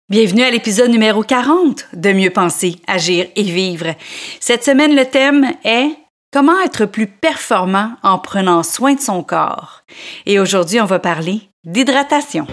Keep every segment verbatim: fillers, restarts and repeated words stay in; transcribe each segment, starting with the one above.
Bienvenue à l'épisode numéro quarante de Mieux penser, agir et vivre. Cette semaine, le thème est « Comment être plus performant en prenant soin de son corps ?» Et aujourd'hui, on va parler d'hydratation.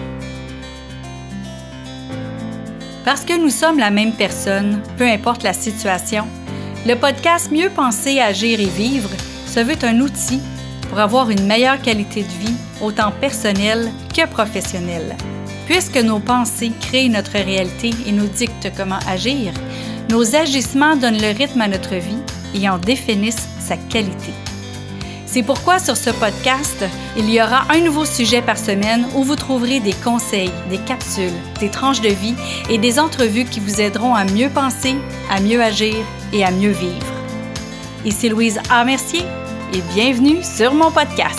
Parce que nous sommes la même personne, peu importe la situation, le podcast Mieux penser, agir et vivre se veut un outil pour avoir une meilleure qualité de vie, autant personnelle que professionnelle. Puisque nos pensées créent notre réalité et nous dictent comment agir, nos agissements donnent le rythme à notre vie et en définissent sa qualité. C'est pourquoi sur ce podcast, il y aura un nouveau sujet par semaine où vous trouverez des conseils, des capsules, des tranches de vie et des entrevues qui vous aideront à mieux penser, à mieux agir et à mieux vivre. Ici Louise A. Mercier et bienvenue sur mon podcast.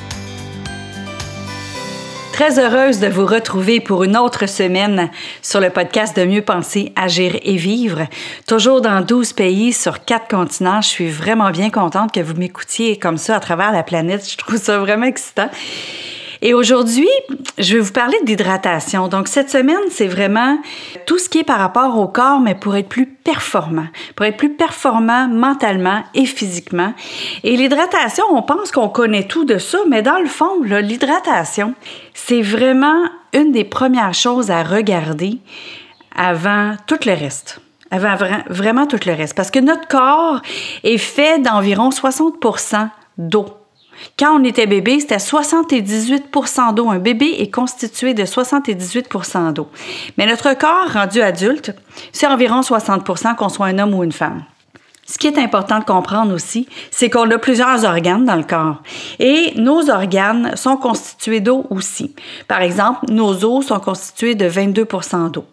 Très heureuse de vous retrouver pour une autre semaine sur le podcast de Mieux penser, agir et vivre. Toujours dans douze pays sur quatre continents. Je suis vraiment bien contente que vous m'écoutiez comme ça à travers la planète. Je trouve ça vraiment excitant. Et aujourd'hui, je vais vous parler d'hydratation. Donc, cette semaine, c'est vraiment tout ce qui est par rapport au corps, mais pour être plus performant, pour être plus performant mentalement et physiquement. Et l'hydratation, on pense qu'on connaît tout de ça, mais dans le fond, là, l'hydratation, c'est vraiment une des premières choses à regarder avant tout le reste. Avant vraiment tout le reste. Parce que notre corps est fait d'environ soixante pour cent d'eau. Quand on était bébé, c'était soixante-dix-huit pour cent d'eau. Un bébé est constitué de soixante-dix-huit pour cent d'eau. Mais notre corps, rendu adulte, c'est environ soixante pour cent qu'on soit un homme ou une femme. Ce qui est important de comprendre aussi, c'est qu'on a plusieurs organes dans le corps. Et nos organes sont constitués d'eau aussi. Par exemple, nos os sont constitués de vingt-deux pour cent d'eau.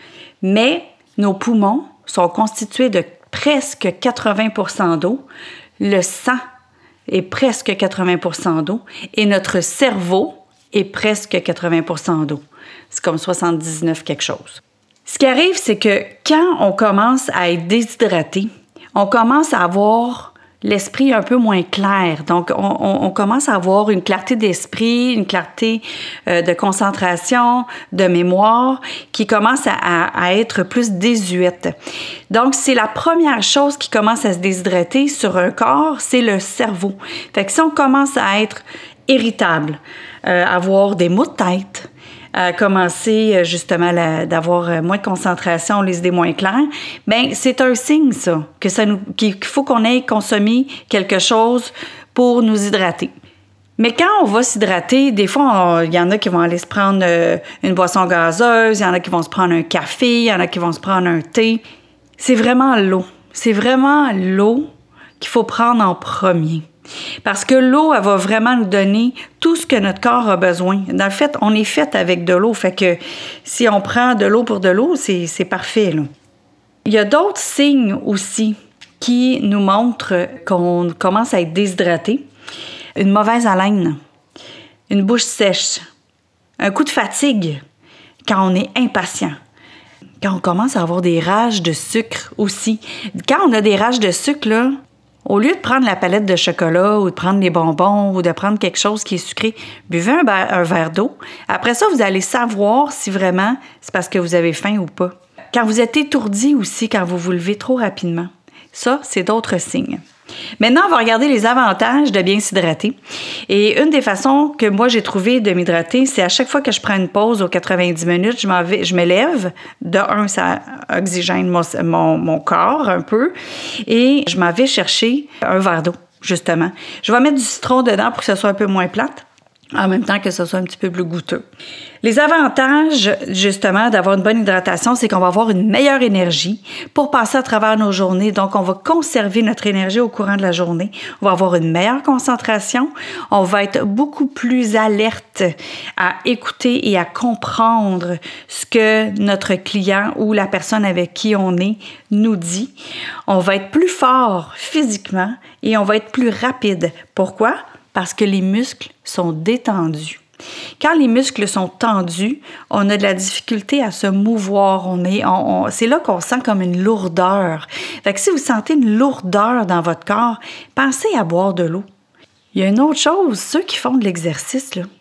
Mais nos poumons sont constitués de presque quatre-vingts pour cent d'eau. Le sang est presque quatre-vingts pour cent d'eau et notre cerveau est presque quatre-vingts pour cent d'eau. C'est comme soixante-dix-neuf quelque chose. Ce qui arrive, c'est que quand on commence à être déshydraté, on commence à avoir l'esprit un peu moins clair. Donc, on, on, on commence à avoir une clarté d'esprit, une clarté euh, de concentration, de mémoire, qui commence à, à, à être plus désuète. Donc, c'est la première chose qui commence à se déshydrater sur un corps, c'est le cerveau. Fait que si on commence à être irritable, euh, avoir des maux de tête, à commencer justement la, d'avoir moins de concentration, les idées moins claires, bien, c'est un signe, ça, que ça nous, qu'il faut qu'on ait consommé quelque chose pour nous hydrater. Mais quand on va s'hydrater, des fois, il y en a qui vont aller se prendre euh, une boisson gazeuse, il y en a qui vont se prendre un café, il y en a qui vont se prendre un thé. C'est vraiment l'eau. C'est vraiment l'eau qu'il faut prendre en premier. Parce que l'eau, elle va vraiment nous donner tout ce que notre corps a besoin. Dans le fait, on est fait avec de l'eau. Fait que si on prend de l'eau pour de l'eau, c'est, c'est parfait, là. Il y a d'autres signes aussi qui nous montrent qu'on commence à être déshydraté. Une mauvaise haleine, une bouche sèche, un coup de fatigue quand on est impatient. Quand on commence à avoir des rages de sucre aussi. Quand on a des rages de sucre, là, au lieu de prendre la palette de chocolat ou de prendre les bonbons ou de prendre quelque chose qui est sucré, buvez un, ba- un verre d'eau. Après ça, vous allez savoir si vraiment c'est parce que vous avez faim ou pas. Quand vous êtes étourdi aussi, quand vous vous levez trop rapidement, ça, c'est d'autres signes. Maintenant, on va regarder les avantages de bien s'hydrater. Et une des façons que moi, j'ai trouvé de m'hydrater, c'est à chaque fois que je prends une pause aux quatre-vingt-dix minutes, je, m'en vais, je me lève. De un, ça oxygène mon, mon, mon corps un peu. Et je m'en vais chercher un verre d'eau, justement. Je vais mettre du citron dedans pour que ce soit un peu moins plate, en même temps que ce soit un petit peu plus goûteux. Les avantages, justement, d'avoir une bonne hydratation, c'est qu'on va avoir une meilleure énergie pour passer à travers nos journées. Donc, on va conserver notre énergie au courant de la journée. On va avoir une meilleure concentration. On va être beaucoup plus alerte à écouter et à comprendre ce que notre client ou la personne avec qui on est nous dit. On va être plus fort physiquement et on va être plus rapide. Pourquoi? Parce que les muscles sont détendus. Quand les muscles sont tendus, on a de la difficulté à se mouvoir. On est, on, on, c'est là qu'on sent comme une lourdeur. Fait que si vous sentez une lourdeur dans votre corps, pensez à boire de l'eau. Il y a une autre chose, ceux qui font de l'exercice, là,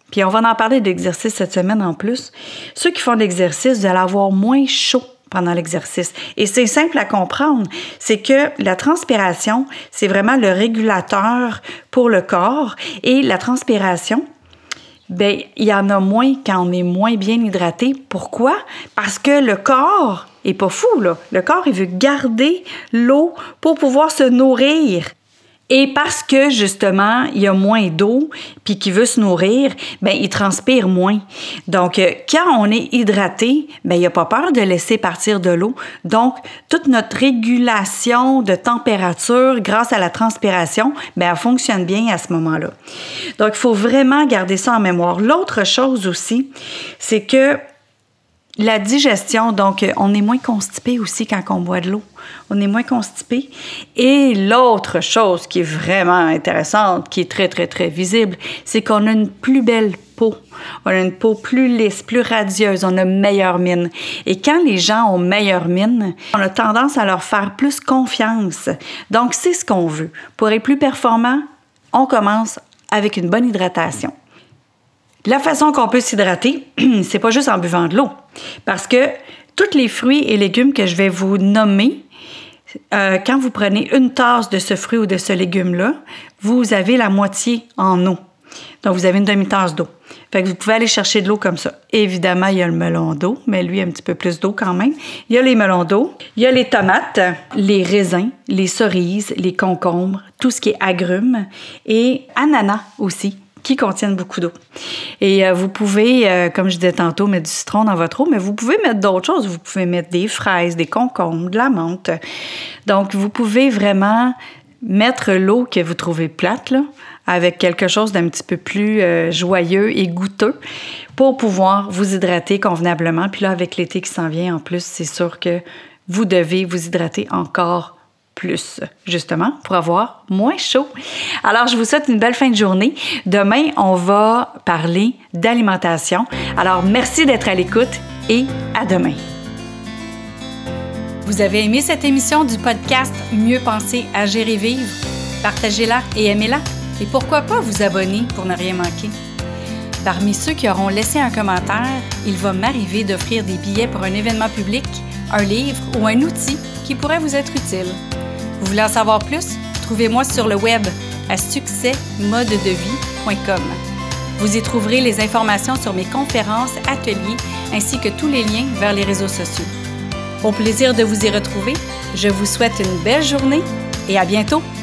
puis on va en parler d'exercice cette semaine en plus, ceux qui font de l'exercice, vous allez avoir moins chaud pendant l'exercice. Et c'est simple à comprendre, c'est que la transpiration, c'est vraiment le régulateur pour le corps et la transpiration, bien, il y en a moins quand on est moins bien hydraté. Pourquoi? Parce que le corps est pas fou, là. Le corps, il veut garder l'eau pour pouvoir se nourrir. Et parce que, justement, il y a moins d'eau, puis qu'il veut se nourrir, bien, il transpire moins. Donc, quand on est hydraté, bien, il n'y a pas peur de laisser partir de l'eau. Donc, toute notre régulation de température, grâce à la transpiration, bien, elle fonctionne bien à ce moment-là. Donc, il faut vraiment garder ça en mémoire. L'autre chose aussi, c'est que la digestion, donc on est moins constipé aussi quand on boit de l'eau. On est moins constipé. Et l'autre chose qui est vraiment intéressante, qui est très, très, très visible, c'est qu'on a une plus belle peau. On a une peau plus lisse, plus radieuse, on a meilleure mine. Et quand les gens ont meilleure mine, on a tendance à leur faire plus confiance. Donc, c'est ce qu'on veut. Pour être plus performant, on commence avec une bonne hydratation. La façon qu'on peut s'hydrater, c'est pas juste en buvant de l'eau. Parce que tous les fruits et légumes que je vais vous nommer, euh, quand vous prenez une tasse de ce fruit ou de ce légume-là, vous avez la moitié en eau. Donc, vous avez une demi-tasse d'eau. Fait que vous pouvez aller chercher de l'eau comme ça. Évidemment, il y a le melon d'eau, mais lui, un petit peu plus d'eau quand même. Il y a les melons d'eau, il y a les tomates, les raisins, les cerises, les concombres, tout ce qui est agrumes et ananas aussi, qui contiennent beaucoup d'eau. Et euh, vous pouvez, euh, comme je disais tantôt, mettre du citron dans votre eau, mais vous pouvez mettre d'autres choses. Vous pouvez mettre des fraises, des concombres, de la menthe. Donc, vous pouvez vraiment mettre l'eau que vous trouvez plate, là, avec quelque chose d'un petit peu plus euh, joyeux et goûteux pour pouvoir vous hydrater convenablement. Puis là, avec l'été qui s'en vient en plus, c'est sûr que vous devez vous hydrater encore plus, justement, pour avoir moins chaud. Alors, je vous souhaite une belle fin de journée. Demain, on va parler d'alimentation. Alors, merci d'être à l'écoute et à demain. Vous avez aimé cette émission du podcast Mieux penser, agir et vivre? Partagez-la et aimez-la. Et pourquoi pas vous abonner pour ne rien manquer? Parmi ceux qui auront laissé un commentaire, il va m'arriver d'offrir des billets pour un événement public, un livre ou un outil qui pourrait vous être utile. Vous voulez en savoir plus? Trouvez-moi sur le web à succès mode de vie point com. Vous y trouverez les informations sur mes conférences, ateliers, ainsi que tous les liens vers les réseaux sociaux. Au plaisir de vous y retrouver, je vous souhaite une belle journée et à bientôt!